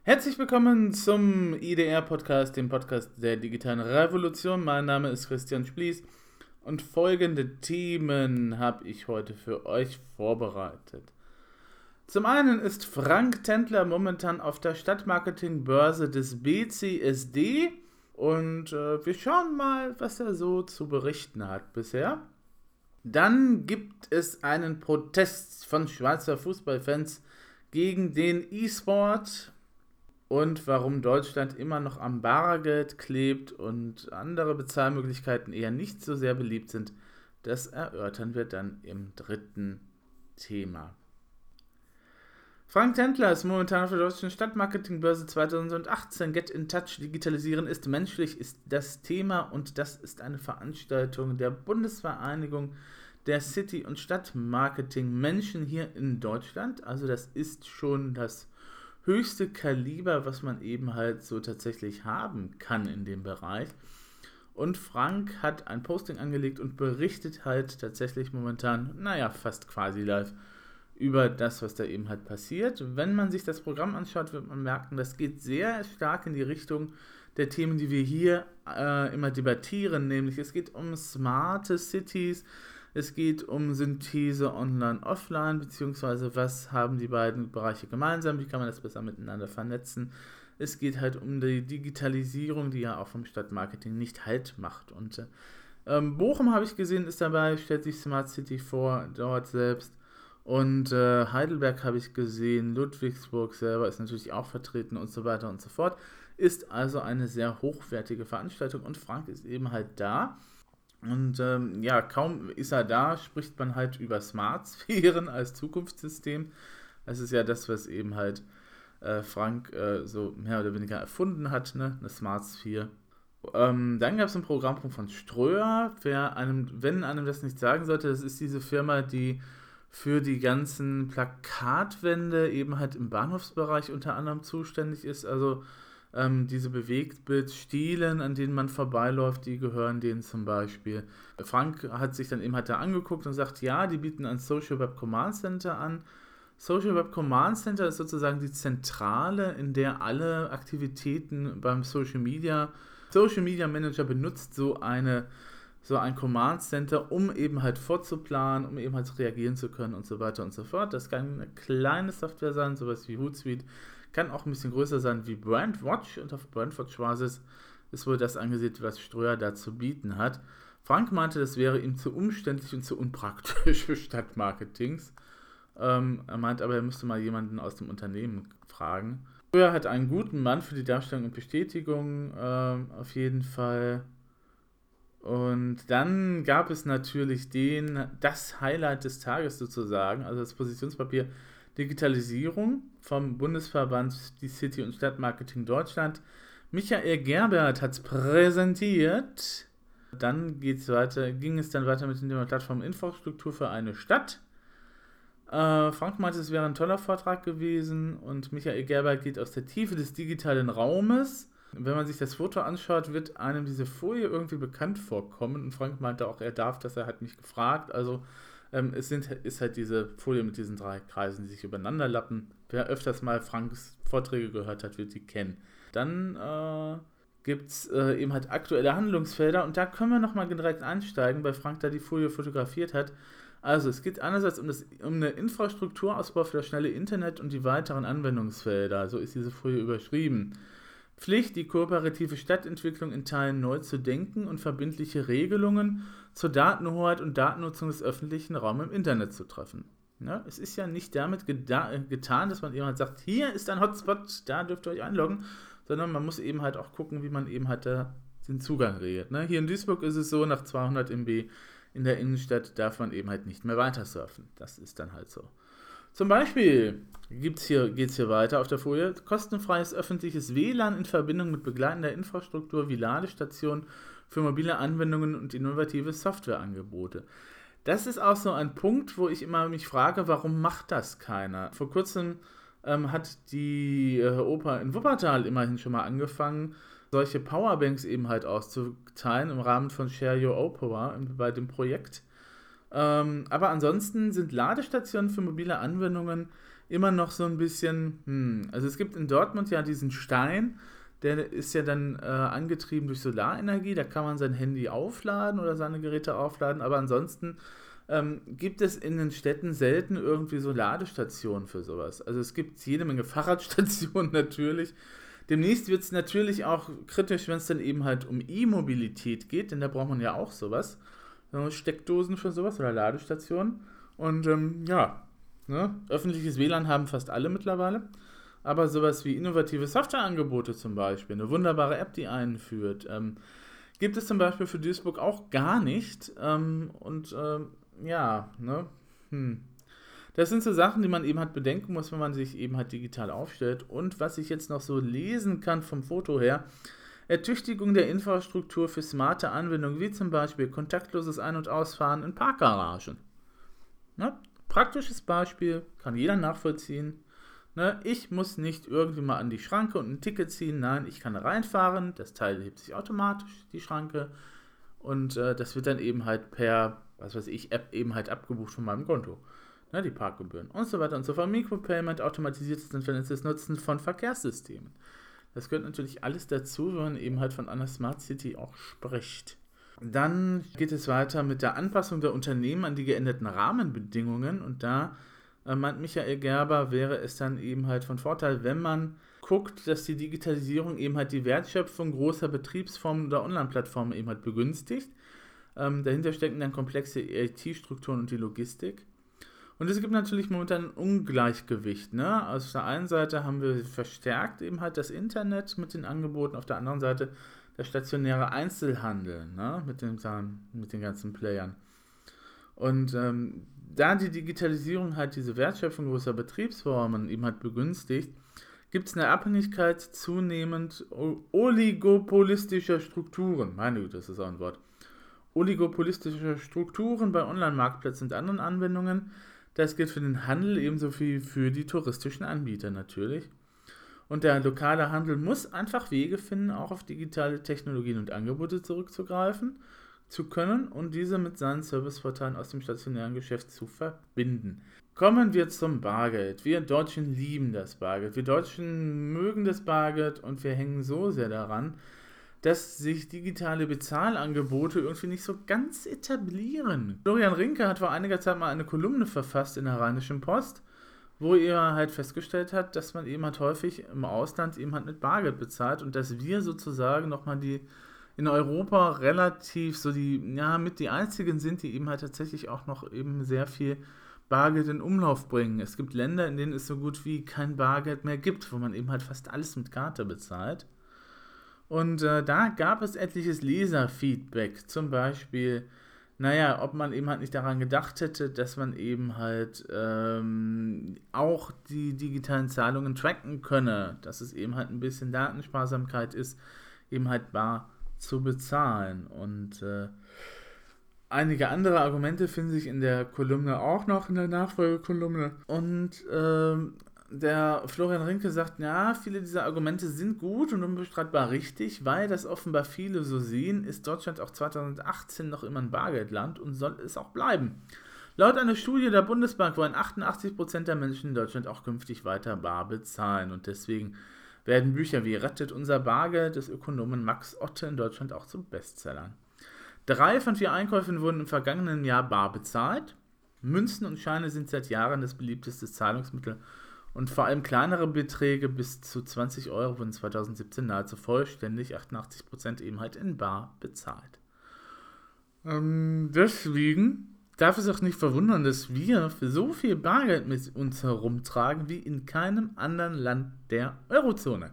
Herzlich willkommen zum IDR-Podcast, dem Podcast der digitalen Revolution. Mein Name ist Christian Splies und folgende Themen habe ich heute für euch vorbereitet. Zum einen ist Frank Tendler momentan auf der Stadtmarketingbörse des BCSD und wir schauen mal, was er so zu berichten hat bisher. Dann gibt es einen Protest von Schweizer Fußballfans gegen den E-Sport und warum Deutschland immer noch am Bargeld klebt und andere Bezahlmöglichkeiten eher nicht so sehr beliebt sind, das erörtern wir dann im dritten Thema. Frank Tendler ist momentan auf der deutschen Stadtmarketingbörse 2018. Get in Touch, Digitalisieren ist menschlich ist das Thema und das ist eine Veranstaltung der Bundesvereinigung der City- und Stadtmarketing-Menschen hier in Deutschland. Also das ist schon das höchste Kaliber, was man eben halt so tatsächlich haben kann in dem Bereich. Und Frank hat ein Posting angelegt und berichtet halt tatsächlich momentan, fast quasi live über das, was da eben halt passiert. Wenn man sich das Programm anschaut, wird man merken, das geht sehr stark in die Richtung der Themen, die wir hier immer debattieren, nämlich es geht um smarte Cities, es geht um Synthese online-offline, beziehungsweise was haben die beiden Bereiche gemeinsam, wie kann man das besser miteinander vernetzen. Es geht halt um die Digitalisierung, die ja auch vom Stadtmarketing nicht Halt macht. Und Bochum habe ich gesehen, ist dabei, stellt sich Smart City vor, dort selbst. Und Heidelberg habe ich gesehen, Ludwigsburg selber ist natürlich auch vertreten und so weiter und so fort. Ist also eine sehr hochwertige Veranstaltung und Frank ist eben halt da. Und kaum ist er da, spricht man halt über Smart-Sphären als Zukunftssystem. Das ist ja das, was eben halt Frank so mehr oder weniger erfunden hat, ne? Eine Smart-Sphäre. Dann gab es einen Programmpunkt von Ströer. Wenn einem das nicht sagen sollte, das ist diese Firma, die für die ganzen Plakatwände eben halt im Bahnhofsbereich unter anderem zuständig ist. Also diese Bewegtbildstilen, an denen man vorbeiläuft, die gehören denen zum Beispiel. Frank hat sich dann eben halt da angeguckt und sagt, ja, die bieten ein Social Web Command Center an. Social Web Command Center ist sozusagen die Zentrale, in der alle Aktivitäten beim Social Media Manager benutzt so ein Command Center, um eben halt vorzuplanen, um eben halt reagieren zu können und so weiter und so fort. Das kann eine kleine Software sein, sowas wie Hootsuite, kann auch ein bisschen größer sein wie Brandwatch und auf Brandwatch-Basis ist wohl das angesehen, was Ströer da zu bieten hat. Frank meinte, das wäre ihm zu umständlich und zu unpraktisch für Stadtmarketings. Er meint aber, er müsste mal jemanden aus dem Unternehmen fragen. Ströer hat einen guten Mann für die Darstellung und Bestätigung, auf jeden Fall. Und dann gab es natürlich das Highlight des Tages sozusagen, also das Positionspapier Digitalisierung vom Bundesverband die City- und Stadtmarketing Deutschland. Michael Gerbert hat es präsentiert. Dann ging es dann weiter mit dem Thema Plattform Infrastruktur für eine Stadt. Frank meinte, es wäre ein toller Vortrag gewesen und Michael Gerbert geht aus der Tiefe des digitalen Raumes. Wenn man sich das Foto anschaut, wird einem diese Folie irgendwie bekannt vorkommen. Und Frank meinte auch, er darf das, er hat mich gefragt. Also ist halt diese Folie mit diesen drei Kreisen, die sich übereinander lappen. Wer öfters mal Franks Vorträge gehört hat, wird die kennen. Dann gibt es eben halt aktuelle Handlungsfelder und da können wir nochmal direkt einsteigen, weil Frank da die Folie fotografiert hat. Also es geht einerseits um eine Infrastrukturausbau für das schnelle Internet und die weiteren Anwendungsfelder. So ist diese Folie überschrieben. Pflicht, die kooperative Stadtentwicklung in Teilen neu zu denken und verbindliche Regelungen zur Datenhoheit und Datennutzung des öffentlichen Raums im Internet zu treffen. Ja, es ist ja nicht damit getan, dass man jemand sagt, hier ist ein Hotspot, da dürft ihr euch einloggen, sondern man muss eben halt auch gucken, wie man eben halt da den Zugang regelt. Ne? Hier in Duisburg ist es so, nach 200 MB in der Innenstadt darf man eben halt nicht mehr weiter surfen. Das ist dann halt so. Zum Beispiel geht es hier weiter auf der Folie. Kostenfreies öffentliches WLAN in Verbindung mit begleitender Infrastruktur wie Ladestationen für mobile Anwendungen und innovative Softwareangebote. Das ist auch so ein Punkt, wo ich immer mich frage, warum macht das keiner? Vor kurzem hat die Oper in Wuppertal immerhin schon mal angefangen, solche Powerbanks eben halt auszuteilen im Rahmen von Share Your Opera bei dem Projekt. Aber ansonsten sind Ladestationen für mobile Anwendungen immer noch so ein bisschen, also es gibt in Dortmund ja diesen Stein, der ist ja dann angetrieben durch Solarenergie, da kann man sein Handy aufladen oder seine Geräte aufladen, aber ansonsten gibt es in den Städten selten irgendwie so Ladestationen für sowas. Also es gibt jede Menge Fahrradstationen natürlich. Demnächst wird es natürlich auch kritisch, wenn es dann eben halt um E-Mobilität geht, denn da braucht man ja auch sowas. Steckdosen für sowas oder Ladestationen. Und ne? Öffentliches WLAN haben fast alle mittlerweile. Aber sowas wie innovative Softwareangebote zum Beispiel, eine wunderbare App, die einführt, gibt es zum Beispiel für Duisburg auch gar nicht. Das sind so Sachen, die man eben halt bedenken muss, wenn man sich eben halt digital aufstellt. Und was ich jetzt noch so lesen kann vom Foto her, Ertüchtigung der Infrastruktur für smarte Anwendungen, wie zum Beispiel kontaktloses Ein- und Ausfahren in Parkgaragen. Ne? Praktisches Beispiel, kann jeder nachvollziehen. Ne? Ich muss nicht irgendwie mal an die Schranke und ein Ticket ziehen, nein, ich kann reinfahren, das Teil hebt sich automatisch, die Schranke, und das wird dann eben halt per, was weiß ich, App eben halt abgebucht von meinem Konto. Ne? Die Parkgebühren und so weiter und so fort. Micropayment, automatisiertes und vernetztes Nutzen von Verkehrssystemen. Das gehört natürlich alles dazu, wenn man eben halt von einer Smart City auch spricht. Dann geht es weiter mit der Anpassung der Unternehmen an die geänderten Rahmenbedingungen, und da meint Michael Gerber, wäre es dann eben halt von Vorteil, wenn man guckt, dass die Digitalisierung eben halt die Wertschöpfung großer Betriebsformen oder Online-Plattformen eben halt begünstigt. Dahinter stecken dann komplexe IT-Strukturen und die Logistik. Und es gibt natürlich momentan ein Ungleichgewicht. Ne? Also auf der einen Seite haben wir verstärkt eben halt das Internet mit den Angeboten, auf der anderen Seite der stationäre Einzelhandel, ne? mit den ganzen Playern. Und da die Digitalisierung halt diese Wertschöpfung großer Betriebsformen eben halt begünstigt, gibt es eine Abhängigkeit zunehmend oligopolistischer Strukturen. Meine Güte, das ist auch ein Wort. Oligopolistische Strukturen bei Online-Marktplätzen und anderen Anwendungen. Das gilt für den Handel ebenso wie für die touristischen Anbieter natürlich. Und der lokale Handel muss einfach Wege finden, auch auf digitale Technologien und Angebote zurückzugreifen zu können und diese mit seinen Serviceportalen aus dem stationären Geschäft zu verbinden. Kommen wir zum Bargeld. Wir Deutschen lieben das Bargeld. Wir Deutschen mögen das Bargeld und wir hängen so sehr daran, dass sich digitale Bezahlangebote irgendwie nicht so ganz etablieren. Florian Rinke hat vor einiger Zeit mal eine Kolumne verfasst in der Rheinischen Post, wo er halt festgestellt hat, dass man eben halt häufig im Ausland eben halt mit Bargeld bezahlt und dass wir sozusagen nochmal die in Europa relativ so mit die einzigen sind, die eben halt tatsächlich auch noch eben sehr viel Bargeld in Umlauf bringen. Es gibt Länder, in denen es so gut wie kein Bargeld mehr gibt, wo man eben halt fast alles mit Karte bezahlt. Und da gab es etliches Leserfeedback, zum Beispiel, ob man eben halt nicht daran gedacht hätte, dass man eben halt auch die digitalen Zahlungen tracken könne, dass es eben halt ein bisschen Datensparsamkeit ist, eben halt bar zu bezahlen. Und einige andere Argumente finden sich in der Kolumne auch noch, in der Nachfolgekolumne. Und der Florian Rinke sagt, ja, viele dieser Argumente sind gut und unbestreitbar richtig, weil das offenbar viele so sehen, ist Deutschland auch 2018 noch immer ein Bargeldland und soll es auch bleiben. Laut einer Studie der Bundesbank wollen 88% der Menschen in Deutschland auch künftig weiter bar bezahlen und deswegen werden Bücher wie Rettet unser Bargeld des Ökonomen Max Otte in Deutschland auch zu Bestsellern. 3 von 4 Einkäufen wurden im vergangenen Jahr bar bezahlt. Münzen und Scheine sind seit Jahren das beliebteste Zahlungsmittel und vor allem kleinere Beträge bis zu 20 Euro wurden 2017 nahezu vollständig, 88% eben halt in bar bezahlt. Deswegen darf es auch nicht verwundern, dass wir für so viel Bargeld mit uns herumtragen wie in keinem anderen Land der Eurozone.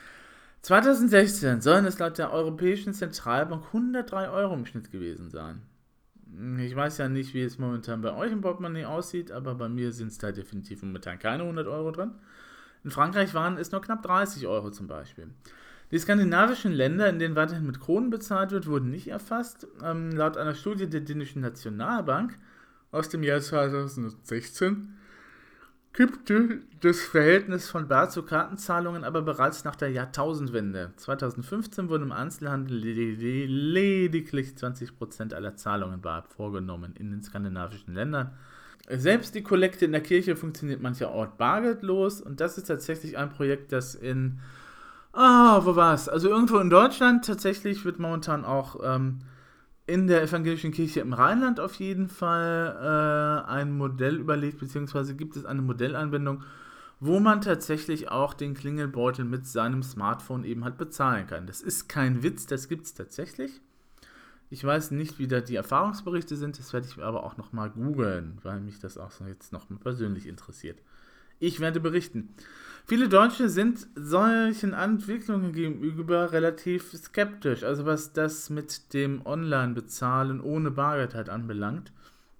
2016 sollen es laut der Europäischen Zentralbank 103 Euro im Schnitt gewesen sein. Ich weiß ja nicht, wie es momentan bei euch im Portemonnaie aussieht, aber bei mir sind es da definitiv momentan keine 100 Euro drin. In Frankreich waren es nur knapp 30 Euro zum Beispiel. Die skandinavischen Länder, in denen weiterhin mit Kronen bezahlt wird, wurden nicht erfasst. Laut einer Studie der dänischen Nationalbank aus dem Jahr 2016 kippte das Verhältnis von Bar zu Kartenzahlungen aber bereits nach der Jahrtausendwende. 2015 wurden im Einzelhandel lediglich 20% aller Zahlungen bar vorgenommen in den skandinavischen Ländern. Selbst die Kollekte in der Kirche funktioniert mancherorts bargeldlos und das ist tatsächlich ein Projekt, das wo war's? Also irgendwo in Deutschland tatsächlich wird momentan auch in der evangelischen Kirche im Rheinland auf jeden Fall ein Modell überlegt, beziehungsweise gibt es eine Modellanwendung, wo man tatsächlich auch den Klingelbeutel mit seinem Smartphone eben halt bezahlen kann. Das ist kein Witz, das gibt es tatsächlich. Ich weiß nicht, wie da die Erfahrungsberichte sind, das werde ich aber auch nochmal googeln, weil mich das auch so jetzt noch persönlich interessiert. Ich werde berichten. Viele Deutsche sind solchen Entwicklungen gegenüber relativ skeptisch, also was das mit dem Online-Bezahlen ohne Bargeld halt anbelangt.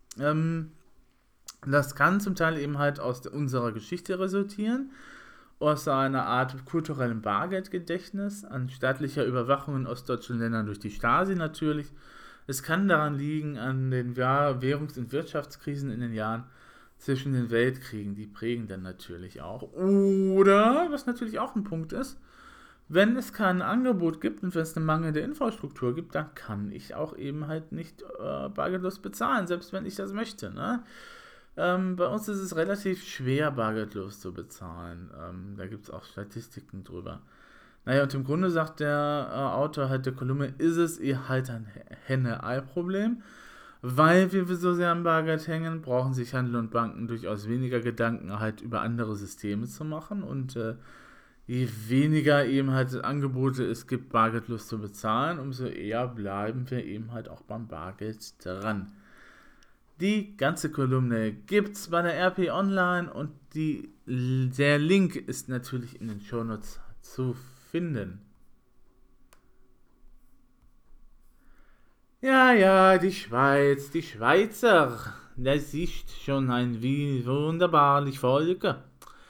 Das kann zum Teil eben halt aus unserer Geschichte resultieren, aus einer Art kulturellem Bargeldgedächtnis, an staatlicher Überwachung in ostdeutschen Ländern durch die Stasi natürlich. Es kann daran liegen, an den Währungs- und Wirtschaftskrisen in den Jahren zwischen den Weltkriegen, die prägen dann natürlich auch. Oder, was natürlich auch ein Punkt ist, wenn es kein Angebot gibt und wenn es eine mangelnde Infrastruktur gibt, dann kann ich auch eben halt nicht bargeldlos bezahlen, selbst wenn ich das möchte, ne? Bei uns ist es relativ schwer, bargeldlos zu bezahlen. Da gibt es auch Statistiken drüber. Naja, und im Grunde sagt der Autor halt der Kolumne, ist es halt ein Henne-Ei-Problem. Weil wir so sehr am Bargeld hängen, brauchen sich Handel und Banken durchaus weniger Gedanken halt über andere Systeme zu machen. Und je weniger eben halt Angebote es gibt, bargeldlos zu bezahlen, umso eher bleiben wir eben halt auch beim Bargeld dran. Die ganze Kolumne gibt's bei der RP Online und der Link ist natürlich in den Shownotes zu finden. Ja, die Schweiz, die Schweizer, das ist schon ein wunderbarlich Volk.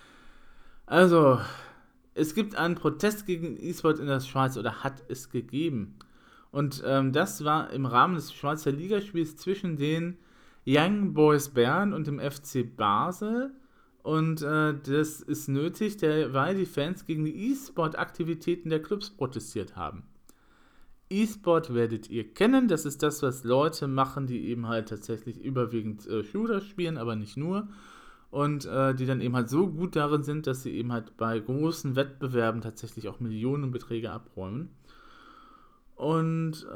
Also, es gibt einen Protest gegen E-Sport in der Schweiz oder hat es gegeben. Und das war im Rahmen des Schweizer Ligaspiels zwischen den Young Boys Bern und dem FC Basel. Und das ist nötig, weil die Fans gegen die E-Sport-Aktivitäten der Clubs protestiert haben. E-Sport werdet ihr kennen, das ist das, was Leute machen, die eben halt tatsächlich überwiegend Shooter spielen, aber nicht nur. Und die dann eben halt so gut darin sind, dass sie eben halt bei großen Wettbewerben tatsächlich auch Millionenbeträge abräumen. Und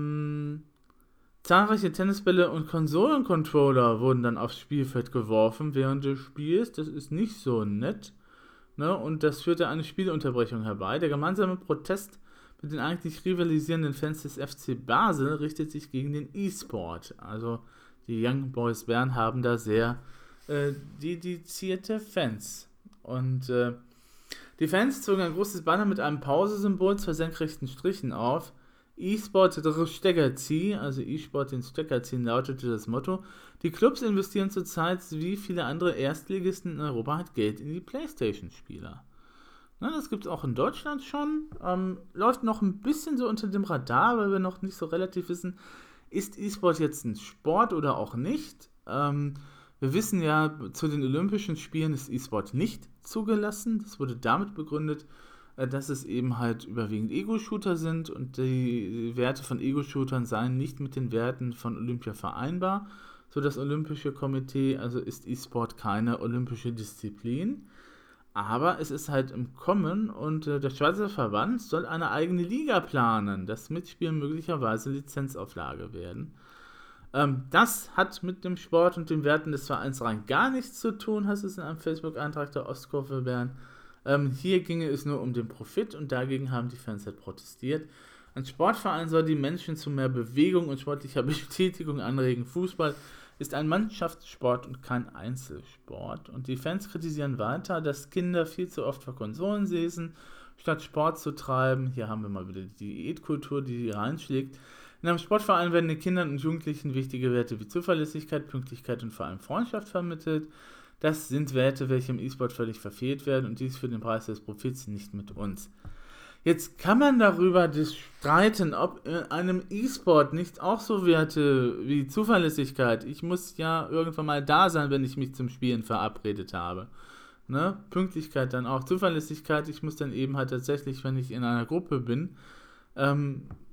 zahlreiche Tennisbälle und Konsolencontroller wurden dann aufs Spielfeld geworfen während des Spiels. Das ist nicht so nett. Ne? Und das führte eine Spielunterbrechung herbei. Der gemeinsame Protest mit den eigentlich rivalisierenden Fans des FC Basel richtet sich gegen den E-Sport. Also die Young Boys Bern haben da sehr dedizierte Fans. Und die Fans zogen ein großes Banner mit einem Pause-Symbol zwei senkrechten Strichen auf. E-Sport Stecker ziehen, also E-Sport den Stecker ziehen, lautete das Motto. Die Clubs investieren zurzeit wie viele andere Erstligisten in Europa halt Geld in die Playstation-Spieler. Das gibt es auch in Deutschland schon. Läuft noch ein bisschen so unter dem Radar, weil wir noch nicht so relativ wissen, ist E-Sport jetzt ein Sport oder auch nicht. Wir wissen ja, zu den Olympischen Spielen ist E-Sport nicht zugelassen. Das wurde damit begründet, dass es eben halt überwiegend Ego-Shooter sind und die Werte von Ego-Shootern seien nicht mit den Werten von Olympia vereinbar. So das Olympische Komitee, also ist E-Sport keine olympische Disziplin. Aber es ist halt im Kommen und der Schweizer Verband soll eine eigene Liga planen, das Mitspielen möglicherweise Lizenzauflage werden. Das hat mit dem Sport und den Werten des Vereins rein gar nichts zu tun, heißt es in einem Facebook-Eintrag der Ostkurve Bern. Hier ginge es nur um den Profit und dagegen haben die Fans halt protestiert. Ein Sportverein soll die Menschen zu mehr Bewegung und sportlicher Betätigung anregen. Fußball ist ein Mannschaftssport und kein Einzelsport. Und die Fans kritisieren weiter, dass Kinder viel zu oft vor Konsolen säßen, statt Sport zu treiben. Hier haben wir mal wieder die Diätkultur, die reinschlägt. In einem Sportverein werden den Kindern und Jugendlichen wichtige Werte wie Zuverlässigkeit, Pünktlichkeit und vor allem Freundschaft vermittelt. Das sind Werte, welche im E-Sport völlig verfehlt werden und dies für den Preis des Profits nicht mit uns. Jetzt kann man darüber streiten, ob in einem E-Sport nicht auch so Werte wie Zuverlässigkeit, ich muss ja irgendwann mal da sein, wenn ich mich zum Spielen verabredet habe. Ne? Pünktlichkeit dann auch, Zuverlässigkeit, ich muss dann eben halt tatsächlich, wenn ich in einer Gruppe bin,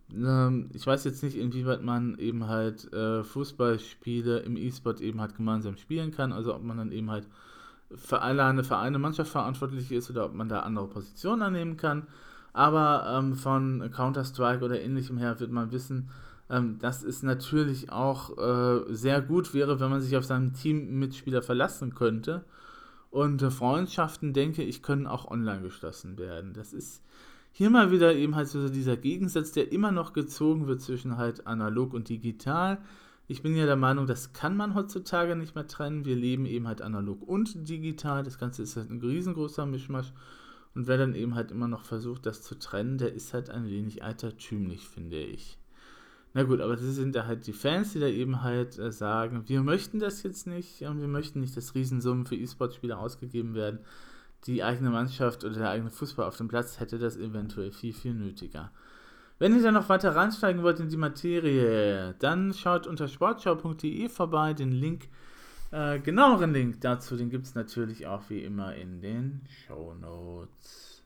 Ich weiß jetzt nicht, inwieweit man eben halt Fußballspiele im E-Sport eben halt gemeinsam spielen kann, also ob man dann eben halt für eine Mannschaft verantwortlich ist oder ob man da andere Positionen annehmen kann. Aber von Counter-Strike oder ähnlichem her wird man wissen, dass es natürlich auch sehr gut wäre, wenn man sich auf seinen Teammitspieler verlassen könnte. Und Freundschaften, denke ich, können auch online geschlossen werden. Das ist hier mal wieder eben halt so dieser Gegensatz, der immer noch gezogen wird zwischen halt analog und digital. Ich bin ja der Meinung, das kann man heutzutage nicht mehr trennen. Wir leben eben halt analog und digital. Das Ganze ist halt ein riesengroßer Mischmasch. Und wer dann eben halt immer noch versucht, das zu trennen, der ist halt ein wenig altertümlich, finde ich. Na gut, aber das sind da halt die Fans, die da eben halt sagen, wir möchten das jetzt nicht, wir möchten nicht, dass Riesensummen für E-Sport-Spieler ausgegeben werden. Die eigene Mannschaft oder der eigene Fußball auf dem Platz hätte das eventuell viel, viel nötiger. Wenn ihr da noch weiter reinsteigen wollt in die Materie, dann schaut unter sportschau.de vorbei. Den Link, genaueren Link dazu, den gibt es natürlich auch wie immer in den Shownotes.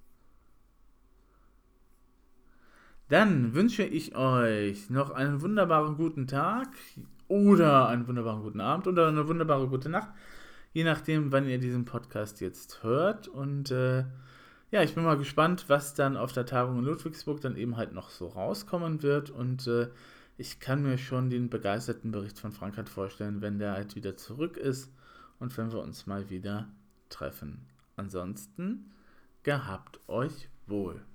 Dann wünsche ich euch noch einen wunderbaren guten Tag oder einen wunderbaren guten Abend oder eine wunderbare gute Nacht, je nachdem, wann ihr diesen Podcast jetzt hört. Und ja, ich bin mal gespannt, was dann auf der Tagung in Ludwigsburg dann eben halt noch so rauskommen wird. Und ich kann mir schon den begeisterten Bericht von Frank halt vorstellen, wenn der halt wieder zurück ist und wenn wir uns mal wieder treffen. Ansonsten, gehabt euch wohl.